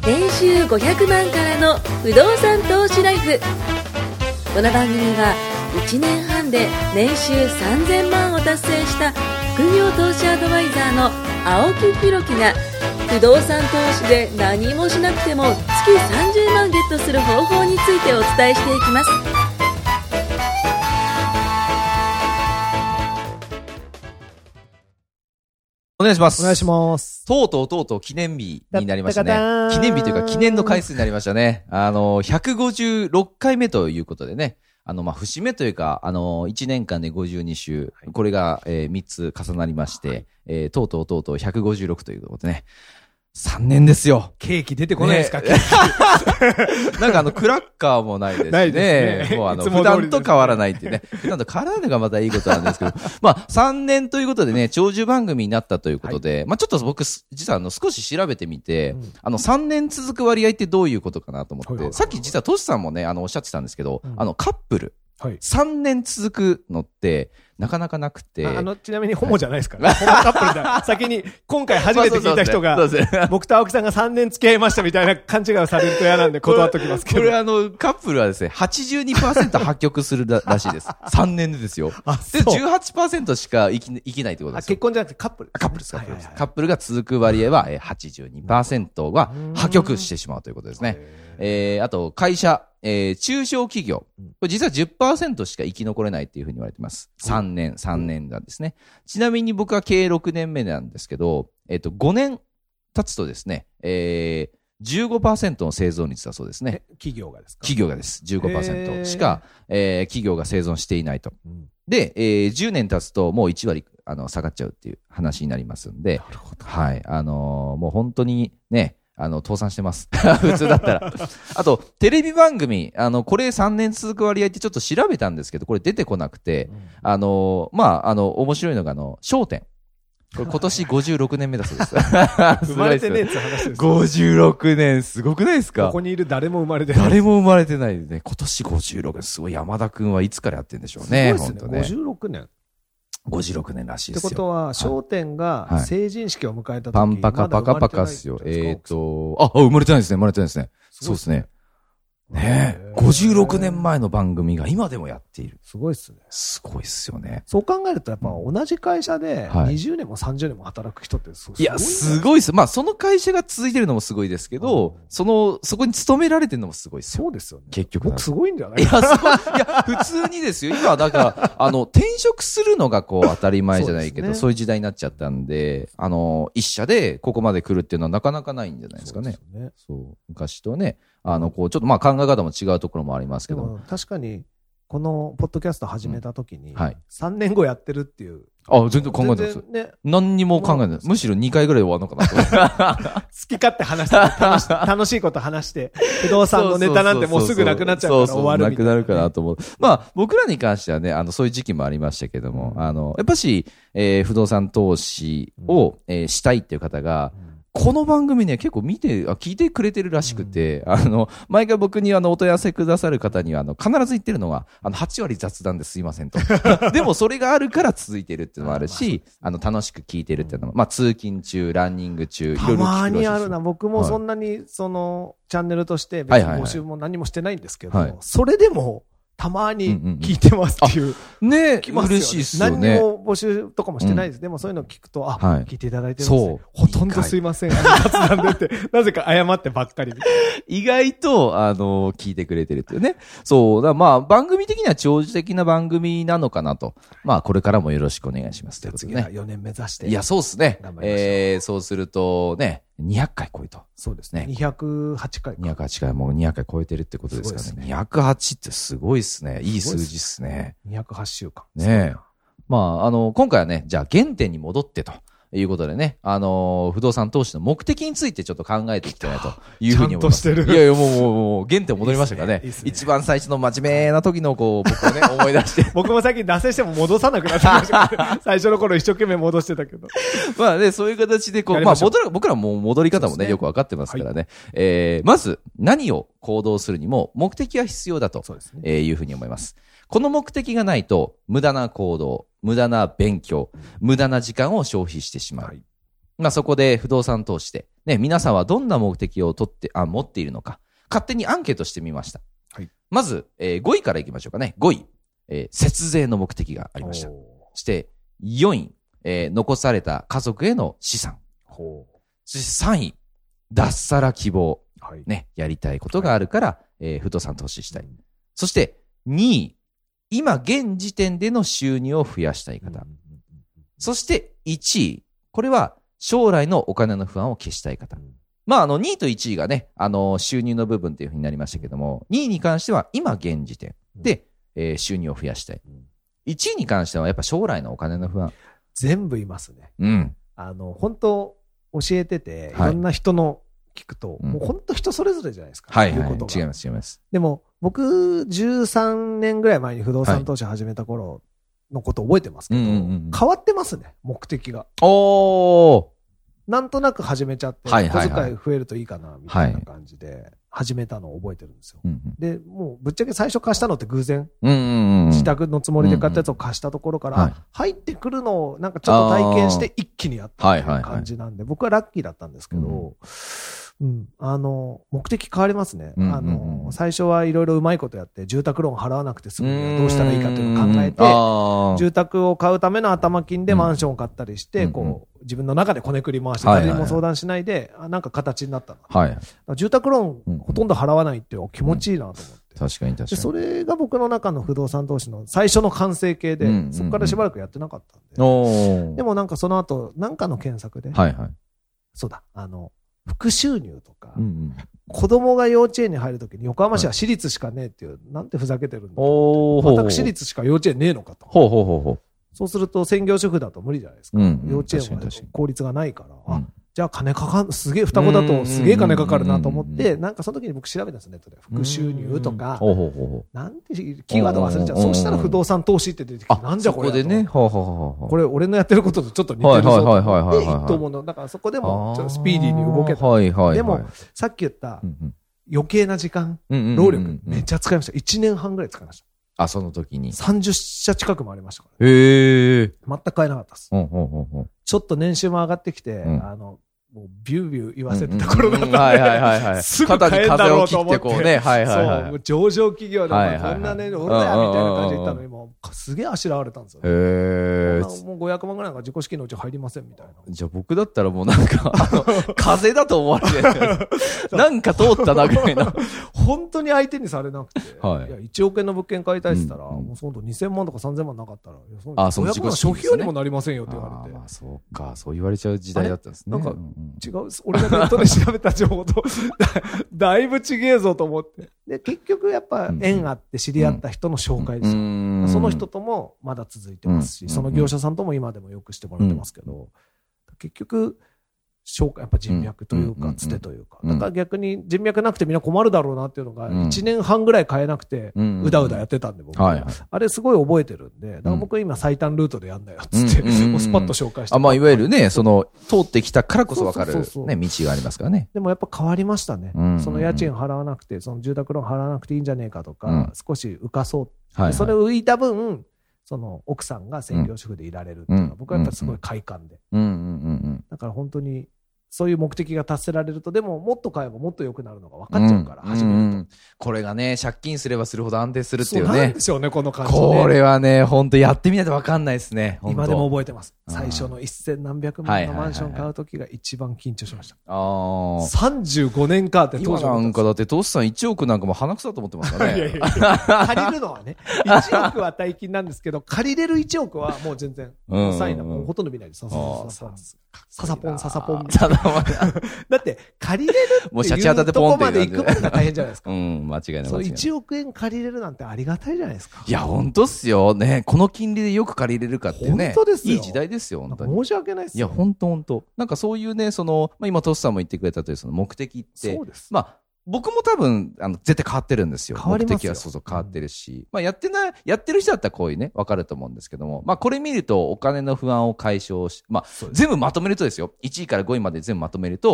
年収500万からの不動産投資ライフ。この番組は1年半で年収3000万を達成した副業投資アドバイザーの青木弘樹が、不動産投資で何もしなくても月30万ゲットする方法についてお伝えしていきます。 お願いします。 お願いします。 とうとう記念日になりましたね。記念日というか記念の回数になりましたね。156回目ということでね。節目というか、1年間で52週、これが、3つ重なりまして、とうとう156ということでね。3年ですよ。 ケーキ出てこないですか、 ね、なんかクラッカーもないですね。 ないですね。 もう普段と変わらないっていうね。普段と変わらないのがまたいいことなんですけど。3年ということでね、長寿番組になったということで、ちょっと僕、実は少し調べてみて、3年続く割合ってどういうことかなと思って、さっき実はトシさんもね、おっしゃってたんですけど、カップル。3年続くのって、なかなかなくて。 ちなみにホモじゃないですからね。ホモカップルじゃ先に、今回初めて聞いた人が、僕と青木さんが3年付き合いましたみたいな勘違いをされると嫌なんで断っときますけど。 これカップルはですね、82% 破局するらしいです。3年でですよ。で、18% しか生きないってことですよ。 結婚じゃなくてカップル。 カップルです。カップルが続く割合は 82% は破局してしまうということですね。あと、会社。中小企業。これ実は 10% しか生き残れないっていうふうに言われてます。3年なんですね。ちなみに僕は計6年目なんですけど、5年経つとですね、15% の生存率だそうですね。 企業がですか？ 企業がです。15% しか、企業が生存していないと。で、10年経つともう1割、下がっちゃうっていう話になりますんで。 なるほど。 はい。もう本当にね、倒産してます。普通だったら。あと、テレビ番組、これ3年続く割合ってちょっと調べたんですけど、これ出てこなくて、面白いのが、笑点。これ今年56年目だそうです。 生まれてねえって話です。 56年、すごくないですか？ ここにいる誰も生まれてない。 誰も生まれてないね。今年56年、すごい山田くんはいつからやってんでしょうね。 すごいですね。56年。 56年らしいですよ。 ってことは、笑点が成人式を迎えた時、 パンパカパカパカっすよ。生まれてないですね、生まれてないですね。そうですね。ねえ。56年前の番組が今でもやっている。 すごいっすね。 すごいっすよね。 そう考えるとやっぱ同じ会社で20年も30年も働く人ってすごい。 いや、すごいっす。その会社が続いてるのもすごいですけど、そこに勤められてるのもすごいっすよ。 そうですよね。 結局。 僕すごいんじゃない？ いや、すごい。いや、普通にですよ。今、だから、転職するのが当たり前じゃないけど、そういう時代になっちゃったんで、一社でここまで来るっていうのはなかなかないんじゃないですかね。そう。昔とね。ちょっと考え方も違うところもありますけど。 確かに、このポッドキャスト始めた時に、3年後やってるっていう。 全然考えてます。何にも考えてない。むしろ2回ぐらいで終わるのかなと。 好き勝手話して、楽しいこと話して、不動産のネタなんてもうすぐなくなっちゃうから終わるみたいな。 なくなるかなと思う。僕らに関してはね、そういう時期もありましたけども、やっぱし、不動産投資を、したいっていう方が、この番組ね、結構聞いてくれてるらしくて、毎回僕にお問い合わせくださる方には、必ず言ってるのは、8割雑談ですいませんと。でもそれがあるから続いてるっていうのもあるし、楽しく聞いてるっていうのも、通勤中、ランニング中、いろいろ聞くらしいです。 たまにあるな。僕もそんなに、チャンネルとして別に募集も何もしてないんですけど、それでも、たまに聞いてますっていう。 ね、嬉しいっすよね。 何も募集とかもしてないです。でもそういうの聞くと、聞いていただいてるんですね。ほとんどすいません。雑談でって、なぜか謝ってばっかり。 意外と、聞いてくれてるっていうね。そう。番組的には長寿的な番組なのかなと。これからもよろしくお願いします。 次は4年目指して。 いや、そうですね。そうするとね、200回超えと。 そうですね。208回。 208回、もう200回超えてるってことですからね。208ってすごいっすね。いい数字っすね。 208週間。 ねえ。今回はね、じゃあ原点に戻ってということでね、不動産投資の目的についてちょっと考えていきたいなというふうに思います。 ちゃんとしてる。 いやいや、もう、原点戻りましたからね。一番最初の真面目な時の僕をね、思い出して。 僕も最近脱線しても戻さなくなってきましたけど、最初の頃一生懸命戻してたけど。 そういう形で僕らも戻り方もね、よくわかってますからね。まず、何を行動するにも目的は必要だというふうに思います。この目的がないと、無駄な行動、無駄な勉強、無駄な時間を消費してしまう。 まあそこで不動産投資で、ね、皆さんはどんな目的を持っているのか、勝手にアンケートしてみました。はい、まず、5位からいきましょうかね。5位、節税の目的がありました。そして、4位、残された家族への資産。そして3位、脱サラ希望。はい、ね、やりたいことがあるから、不動産投資したい。そして、2位、今現時点での収入を増やしたい方。そして、1位、これは将来のお金の不安を消したい方。まあ、2位と1位がね、収入の部分というふうになりましたけども、2位に関しては今現時点で、収入を増やしたい。1位に関してはやっぱ将来のお金の不安。 全部いますね。 うん。 本当教えてて、いろんな人の聞くと、もう本当人それぞれじゃないですか。 はいはい。違います、違います。 でも、僕、13年ぐらい前に不動産投資始めた頃のこと覚えてますけど、変わってますね、目的が。なんとなく始めちゃって、小遣い増えるといいかな、みたいな感じで、始めたのを覚えてるんですよ。で、もうぶっちゃけ最初貸したのって偶然、自宅のつもりで買ったやつを貸したところから、入ってくるのをなんかちょっと体験して一気にやったっていう感じなんで、僕はラッキーだったんですけど、目的変わりますね。最初はいろいろうまいことやって、住宅ローン払わなくて済むにはどうしたらいいかというのを考えて、住宅を買うための頭金でマンションを買ったりして、こう、自分の中でこねくり回して、誰にも相談しないで、なんか形になったな。住宅ローンほとんど払わないって気持ちいいなと思って。 確かに確かに。 それが僕の中の不動産投資の最初の完成形で、そこからしばらくやってなかったんで。でもなんかその後、なんかの検索で、そうだ、副収入とか、子供が幼稚園に入るときに横浜市は私立しかねえっていう、なんてふざけてるんだ私立しか幼稚園ねえのかと。そうすると専業主婦だと無理じゃないですか。幼稚園は公立がないから。じゃあ金かかる、すげえ、双子だとすげえ金かかるなと思って、なんかその時に僕調べたんですネットで。副収入とか、なんてキーワード忘れちゃう。そうしたら不動産投資って出てきて、なんじゃこれ。そこでね、これ俺のやってることとちょっと似てるぞと思って、いいと思うの。だからそこでもちょっとスピーディーに動けた。でも、さっき言った余計な時間、労力、めっちゃ使いました。1年半ぐらい使いました。 その時に。 30社近く回りましたから。 全く買えなかったです。ちょっと年収も上がってきて、もうビュービュー言わせてた頃だったんで、すぐ買えんだろうと思って、そう、上場企業でこんなね、俺だよみたいな感じで言ったのに、もうすげえあしらわれたんですよ。もう500万ぐらいが自己資金のうち入りませんみたいな。 じゃあ僕だったらもうなんか、風だと思われて、なんか通ったなぐらいの。 本当に相手にされなくて、いや1億円の物件買いたいって言ったら、もうその2000万とか3000万なかったら、500万消費用にもなりませんよって言われて。 そうか、そう言われちゃう時代だったんですね。 なんか違う、俺がネットで調べた情報とだいぶ違えぞと思って。で、結局やっぱ縁あって知り合った人の紹介ですよ。その人ともまだ続いてますし、その業者さんとも今でもよくしてもらってますけど、結局、やっぱ人脈というか、つてというか。だから逆に人脈なくてみんな困るだろうなっていうのが、1年半ぐらい買えなくて、うだうだやってたんで、僕。あれすごい覚えてるんで、だから僕今最短ルートでやんだよ、つって、もうスパッと紹介して。 まあいわゆるね、その、通ってきたからこそわかる、ね、道がありますからね。 でもやっぱ変わりましたね。その家賃払わなくて、その住宅ローン払わなくていいんじゃねえかとか、少し浮かそう。それを浮いた分、その奥さんが専業主婦でいられるっていうのは僕はやっぱりすごい快感で。だから本当にそういう目的が達せられると、でももっと買えばもっと良くなるのが分かっちゃうから、始めると。 これがね、借金すればするほど安定するっていうね。そうなんでしょうね、この感じ。 これはね、本当やってみないと分かんないですね。 今でも覚えてます。最初の1000何百万のマンション買うときが一番緊張しました。35年かって当時なんかだって、トシさん1億なんかも鼻くそだと思ってますからね。 借りるのはね、1億は大金なんですけど、借りれる1億はもう全然、サインはもうほとんど見ないです。ササポン。だって、借りれるっていうとこまで行くのが大変じゃないですか。 間違いない。 そう、1億円借りれるなんてありがたいじゃないですか。 いや、本当っすよ。ね、この金利でよく借りれるかってね。 本当ですよ。 いい時代ですよ、本当に。 申し訳ないですよ。いや、本当。なんかそういうね、今、トシさんも言ってくれたというその目的って。そうです。僕も多分、絶対変わってるんですよ。 変わりますよ。 目的はそう変わってるし。やってる人だったらこういうね、わかると思うんですけども。これ見るとお金の不安を解消し、全部まとめるとですよ。1位から5位まで全部まとめると、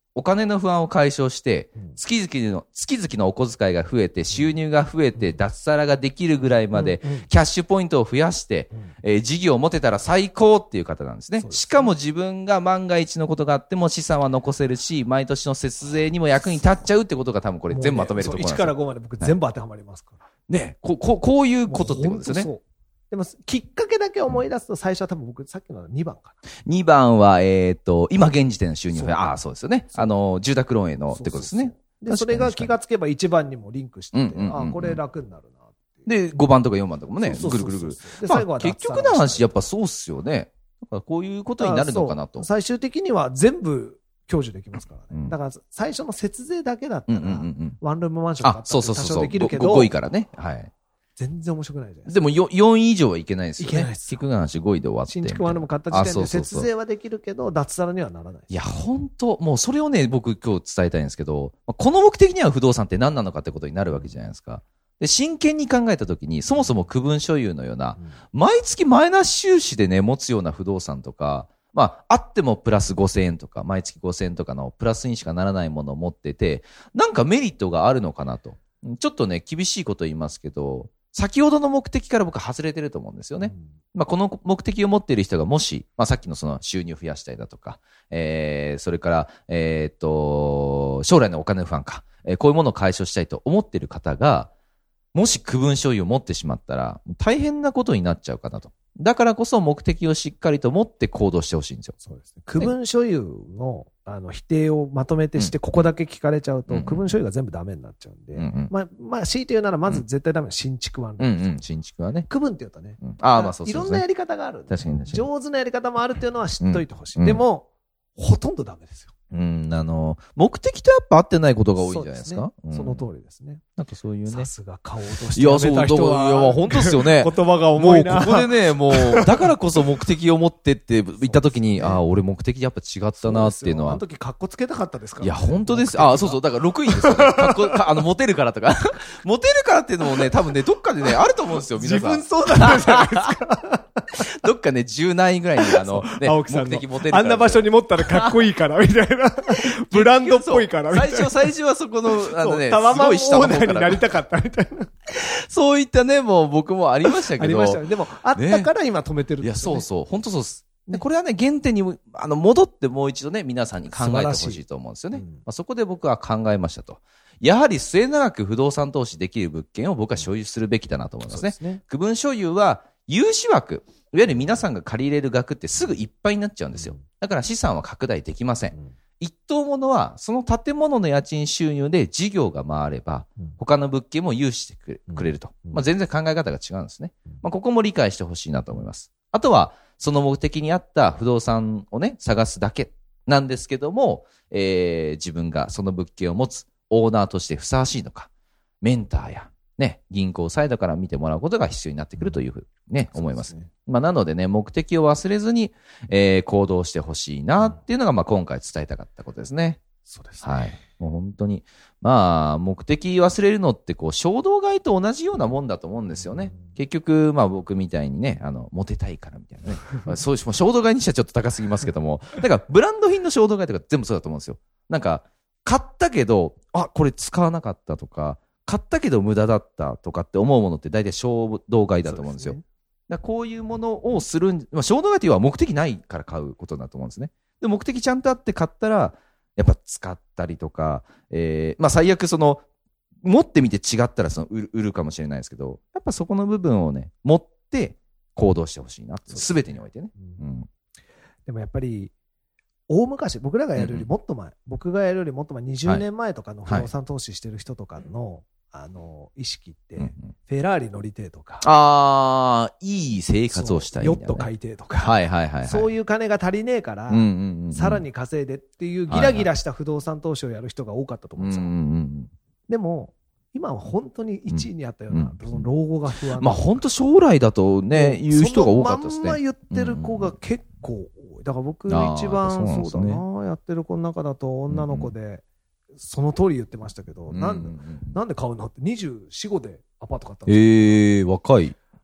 お金の不安を解消して、月々のお小遣いが増えて、収入が増えて、脱サラができるぐらいまで、キャッシュポイントを増やして、事業を持てたら最高っていう方なんですね。しかも自分が万が一のことがあっても資産は残せるし、毎年の節税にも役に立っちゃうってことが多分これ全部まとめるところなんですよ。 1から5まで僕全部当てはまりますから。 ね、こういうことってことですよね。 でも、きっかけだけ思い出すと最初は多分僕、さっきの2番かな。 2番は、今現時点の収入が、そうですよね。住宅ローンへのってことですね。 で、それが気がつけば1番にもリンクしてて、これ楽になるな。 で、5番とか4番とかもね、ぐるぐるぐる。で、最後は結局の話、やっぱそうっすよね。だからこういうことになるのかなと。 最終的には全部、享受できますからね。だから、最初の節税だけだったら、ワンルームマンションだったら多少できるけど。 5位からね。はい。 全然面白くないじゃないですか。でも4位以上はいけないですよね。 いけないです。 結局の話5位で終わって。 新築ワンルーム買った時点で節税はできるけど、脱サラにはならない。 いや、本当もうそれをね、僕今日伝えたいんですけど、この目的には不動産って何なのかってことになるわけじゃないですか。で、真剣に考えたときに、そもそも区分所有のような、毎月マイナス収支でね、持つような不動産とか、あってもプラス5000円とか、毎月5000円とかのプラスにしかならないものを持ってて、なんかメリットがあるのかなと。ちょっとね、厳しいこと言いますけど、先ほどの目的から僕は外れてると思うんですよね。この目的を持っている人がもし、さっきのその収入を増やしたいだとか、それから、将来のお金の不安か、こういうものを解消したいと思っている方が、もし区分所有を持ってしまったら、大変なことになっちゃうかなと。だからこそ目的をしっかりと持って行動してほしいんですよ。 そうですね。区分所有の、否定をまとめてして、ここだけ聞かれちゃうと、区分所有が全部ダメになっちゃうんで、強いて言うなら、まず絶対ダメな新築は新築はね。 区分って言うとね。いろんなやり方がある。 確かに。 上手なやり方もあるっていうのは知っといてほしい。でも、ほとんどダメですよ。 目的とやっぱ合ってないことが多いんじゃないですか。 その通りですね。 なんかそういうね。 さすが顔を落としてやめた人は。 いや、本当ですよね。 言葉が重いな。 もうここでね、もう、だからこそ目的を持ってって言った時に、俺目的やっぱ違ったなっていうのは。 あの時カッコつけたかったですから。 いや、本当です。そうそう。だから6位ですよね。モテるからとか。モテるからっていうのもね、多分ね、どっかでね、あると思うんですよ、皆さん。 自分そうだったじゃないですか。 どっかね、10何位ぐらいに青木さんの目的モテるから。あんな場所に持ったらかっこいいから、みたいな。ブランドっぽいからみたいな。 最初はそこの、 タワマンオーナーになりたかったみたいな。 そういったね、もう僕もありましたけど。 ありましたね。でも、あったから今止めてるんですよ、 ね。いや、そうそう。本当そうです。で、これはね、原点に、戻ってもう一度ね、皆さんに考えてほしいと思うんですよね。そこで僕は考えましたと。やはり末永く不動産投資できる物件を僕は所有するべきだなと思いますね。区分所有は、融資枠。いわゆる皆さんが借り入れる額ってすぐいっぱいになっちゃうんですよ。だから資産は拡大できません。一等物は、その建物の家賃収入で事業が回れば、他の物件も融資してくれると。全然考え方が違うんですね。ここも理解してほしいなと思います。あとは、その目的に合った不動産をね、探すだけなんですけども、自分がその物件を持つオーナーとしてふさわしいのか、メンターや、ね、銀行サイドから見てもらうことが必要になってくるというふうにね、思います。なのでね、目的を忘れずに、行動してほしいなっていうのが、今回伝えたかったことですね。 そうですね。 はい。もう本当に。目的忘れるのって、衝動買いと同じようなもんだと思うんですよね。結局、僕みたいにね、モテたいからみたいなね。そういう、衝動買いにしてはちょっと高すぎますけども。だから、ブランド品の衝動買いとか全部そうだと思うんですよ。なんか、買ったけど、これ使わなかったとか、買ったけど無駄だったとかって思うものって大体衝動買いだと思うんですよ。だからこういうものをする衝動買いというのは目的ないから買うことだと思うんですね。で、目的ちゃんとあって買ったら、やっぱ使ったりとか、最悪持ってみて違ったら売るかもしれないですけど、やっぱそこの部分をね、持って行動してほしいな。すべてにおいてね。 でもやっぱり、大昔、僕がやるよりもっと前、20年前とかの不動産投資してる人とかの、意識って、フェラーリ乗りてえとか。 いい生活をしたいみたいな、 ヨット買いてえとか。そういう金が足りねえから、さらに稼いでっていうギラギラした不動産投資をやる人が多かったと思うんですよ。でも、今は本当に1位にあったような、その老後が不安。 本当将来だとね、言う人が多かったですね。 そのまんま言ってる子が結構多い。だから僕一番そうだな、やってる子の中だと女の子で、その通り言ってましたけど、なんで買うのって24、5でアパート買ったんですよ。 若い。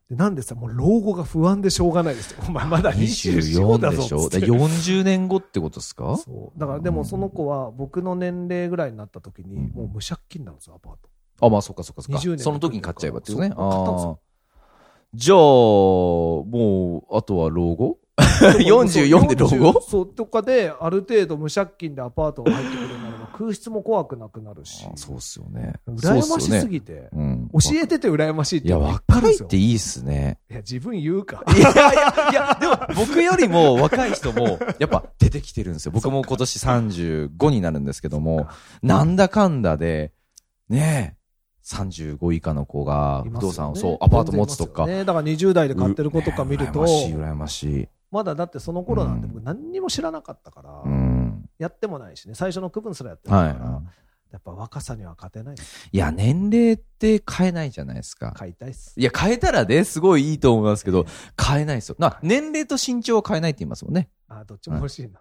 で、なんでさ、もう老後が不安でしょうがないですよ。お前まだ 24 だでしょ。 ぞ。 40年後ってことですか？ そう。だからでもその子は僕の年齢ぐらいになった時に、もう無借金なんですよ、アパート。 あ、まあそっかそっかそっか。 20年その時に買っちゃえばっていうね。 買ったんですよ。 じゃあ、もう、あとは老後44で老後そうとかで、ある程度無借金でアパートが入ってくるようになれば、空室も怖くなくなるし。 そうっすよね。 羨ましすぎて。教えてて羨ましいって。 いや、若いっていいっすね。 いや、自分言うか。 いや、でも僕よりも若い人も、やっぱ出てきてるんですよ。僕も今年35になるんですけども、なんだかんだで、ねえ。35以下の子が不動産を、そう、アパート持つとか。 ね、だから20代で買ってる子とか見ると。 羨ましい。 まだだってその頃なんて僕何にも知らなかったから、やってもないしね、最初の区分すらやってないから、やっぱ若さには勝てない。 いや、年齢って変えないじゃないですか。 変えたいっす。 いや、変えたらね、すごいいいと思いますけど、変えないですよ。年齢と身長は変えないって言いますもんね。 あ、どっちも欲しいな。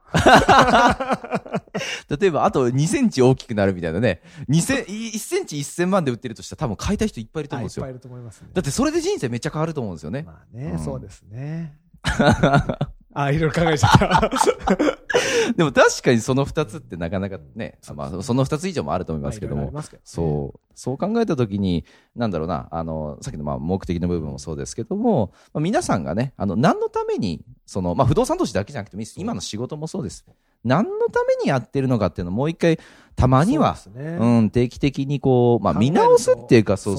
例えば、あと2センチ大きくなるみたいなね。1センチ1000万で売ってるとしたら多分変えたい人いっぱいいると思うんですよ。 いっぱいいると思いますね。 だってそれで人生めっちゃ変わると思うんですよね。 まあね、そうですね。あ、いろいろ考えちゃった。 でも確かにその2つってなかなかね、まあその2つ以上もあると思いますけども、そう考えたときに、なんだろうな、さっきのまあ目的の部分もそうですけども、皆さんがね、何のために、まあ不動産投資だけじゃなくてもいいです。今の仕事もそうです。何のためにやってるのかっていうのをもう一回、たまには、定期的にこう、まあ見直すっていうか、そう、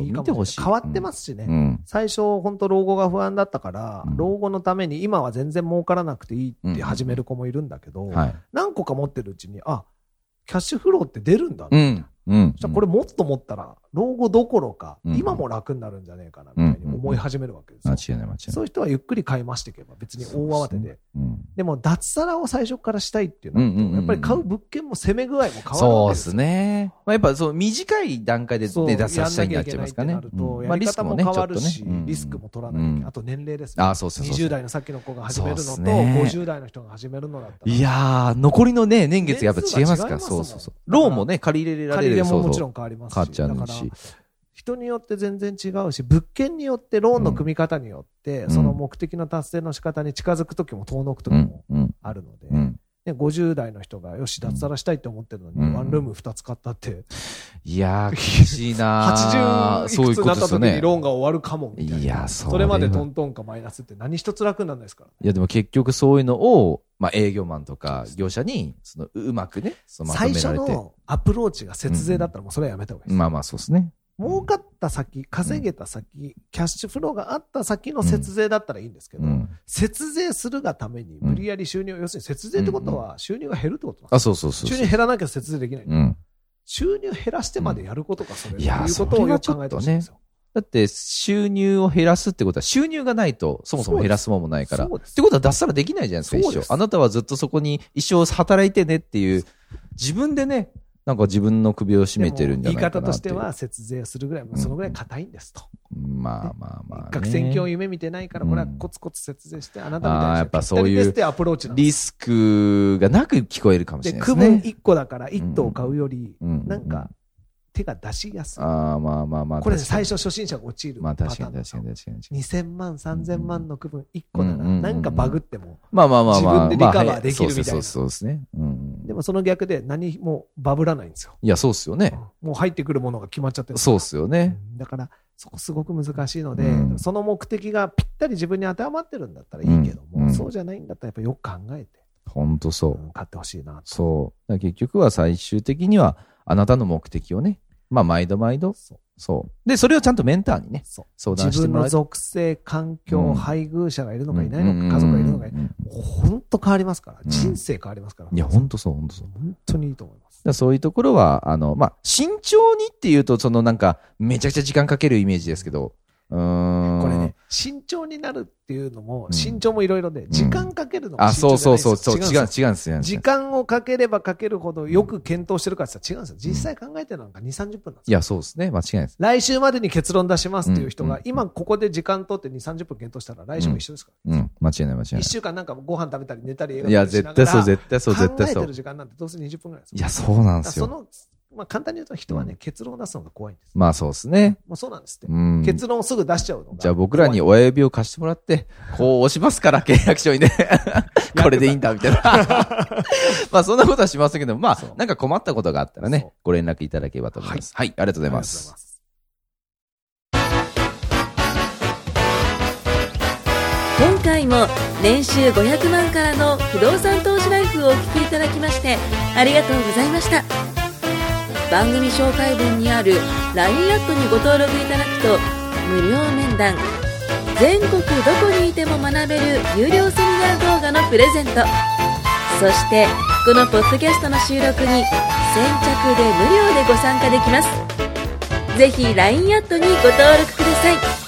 見てほしい。 変わってますしね。最初、本当老後が不安だったから、老後のために今は全然儲からなくていいって始める子もいるんだけど、何個か持ってるうちに、あ、キャッシュフローって出るんだね。じゃこれもっと持ったら、老後どころか、今も楽になるんじゃねえかな、みたいに思い始めるわけですよ。 間違いない。 そういう人はゆっくり買い増していけば、別に大慌てで。でも、脱サラを最初からしたいっていうのは、やっぱり買う物件も攻め具合も変わるわけですよ。 そうですね。まあ、やっぱ短い段階で脱サラしたいになっちゃいますかね。 やり方も変わるし、リスクも取らなきゃいけない。あと年齢ですね。20代のさっきの子が始めるのと、50代の人が始めるのだったら。 いやー、残りのね、年月やっぱ違いますから。そう。ローンもね、借り入れられる。 借り入れももちろん変わりますし。 変わっちゃうし。 人によって全然違うし、物件によってローンの組み方によって、その目的の達成の仕方に近づくときも遠のくときもあるので、50代の人がよし脱サラしたいって思ってるのに、ワンルーム2つ買ったって。 いやー、厳しいなー。 80いくつになった時にローンが終わるかもみたいな。 いや、 それまでトントンかマイナスって何一つ楽にならないですから。 いや、でも結局そういうのを、まあ営業マンとか業者に、うまくね、 まとめられて。最初のアプローチが節税だったらもうそれはやめた方がいいです。 まあそうですね。 儲かった先、稼げた先、キャッシュフローがあった先の節税だったらいいんですけど、節税するがために無理やり収入を、要するに節税ってことは収入が減るってことなんですよ。 そう。 収入減らなきゃ節税できない。収入減らしてまでやることか、それ。 いや、 いうことをよく考えてほしいんですよ。 だって収入を減らすってことは収入がないとそもそも減らすもんもないから。ってことは脱サラできないじゃないですか、一生。あなたはずっとそこに一生働いてねっていう、自分でね、なんか自分の首を絞めてるんじゃないかなっていう。 言い方としては節税するぐらい、そのぐらい硬いんですと。 まあ。 学専業夢見てないから、これはコツコツ節税して、あなたみたいな。 やっぱそういうリスクがなく聞こえるかもしれないですね。 区分1個だから1棟買うより、なんか、手が出しやすい。 まあ。 これ最初初心者が陥るパターン。 確かに。 2000万、3000万の区分1個なら、なんかバグっても、 まあ。 自分でリカバーできるみたいな。 そうですね。 でもその逆で何もバブらないんですよ。 いや、そうっすよね。 もう入ってくるものが決まっちゃってる。 そうっすよね。 だから、そこすごく難しいので、その目的がぴったり自分に当てはまってるんだったらいいけども、そうじゃないんだったらやっぱよく考えて。 本当そう。 買ってほしいな。 そう。結局は最終的には、あなたの目的をね、まあ、毎度。そう。で、それをちゃんとメンターにね、相談してもらう。 自分の属性、環境、配偶者がいるのかいないのか、家族がいるのかいないのか、本当変わりますから。人生変わりますから。 いや、本当そう。 本当にいいと思います。 そういうところは、まあ、慎重にっていうと、なんか、めちゃくちゃ時間かけるイメージですけど、 これね、慎重になるっていうのも、慎重もいろいろで、時間かけるのも慎重じゃないですよ。 そう、違うんですよ。 時間をかければかけるほどよく検討してるかって言ったら違うんですよ。実際考えてるのが2、30分なんですよ。 いや、そうですね。間違いないです。 来週までに結論出しますっていう人が、今ここで時間取って2、30分検討したら来週も一緒ですから。 間違いない。1 週間なんかご飯食べたり寝たり映画見たりしながら。いや、絶対そう。 考えてる時間なんてどうせ20分ぐらいです。 いや、そうなんですよ。 そのまあ簡単に言うと人はね、結論を出すのが怖いんです。 まあそうですね。 もうそうなんですって。結論をすぐ出しちゃうのが。 じゃあ僕らに親指を貸してもらって、こう押しますから、契約書にね。これでいいんだ、みたいな。まあそんなことはしませんけど、まあなんか困ったことがあったらね、ご連絡いただければと思います。はい、ありがとうございます。 今回も年収500万からの不動産投資ライフをお聞きいただきましてありがとうございました。番組紹介文にある LINE アットにご登録いただくと無料面談、全国どこにいても学べる有料セミナー動画のプレゼント、そしてこのポッドキャストの収録に先着で無料でご参加できます。ぜひ LINE アットにご登録ください。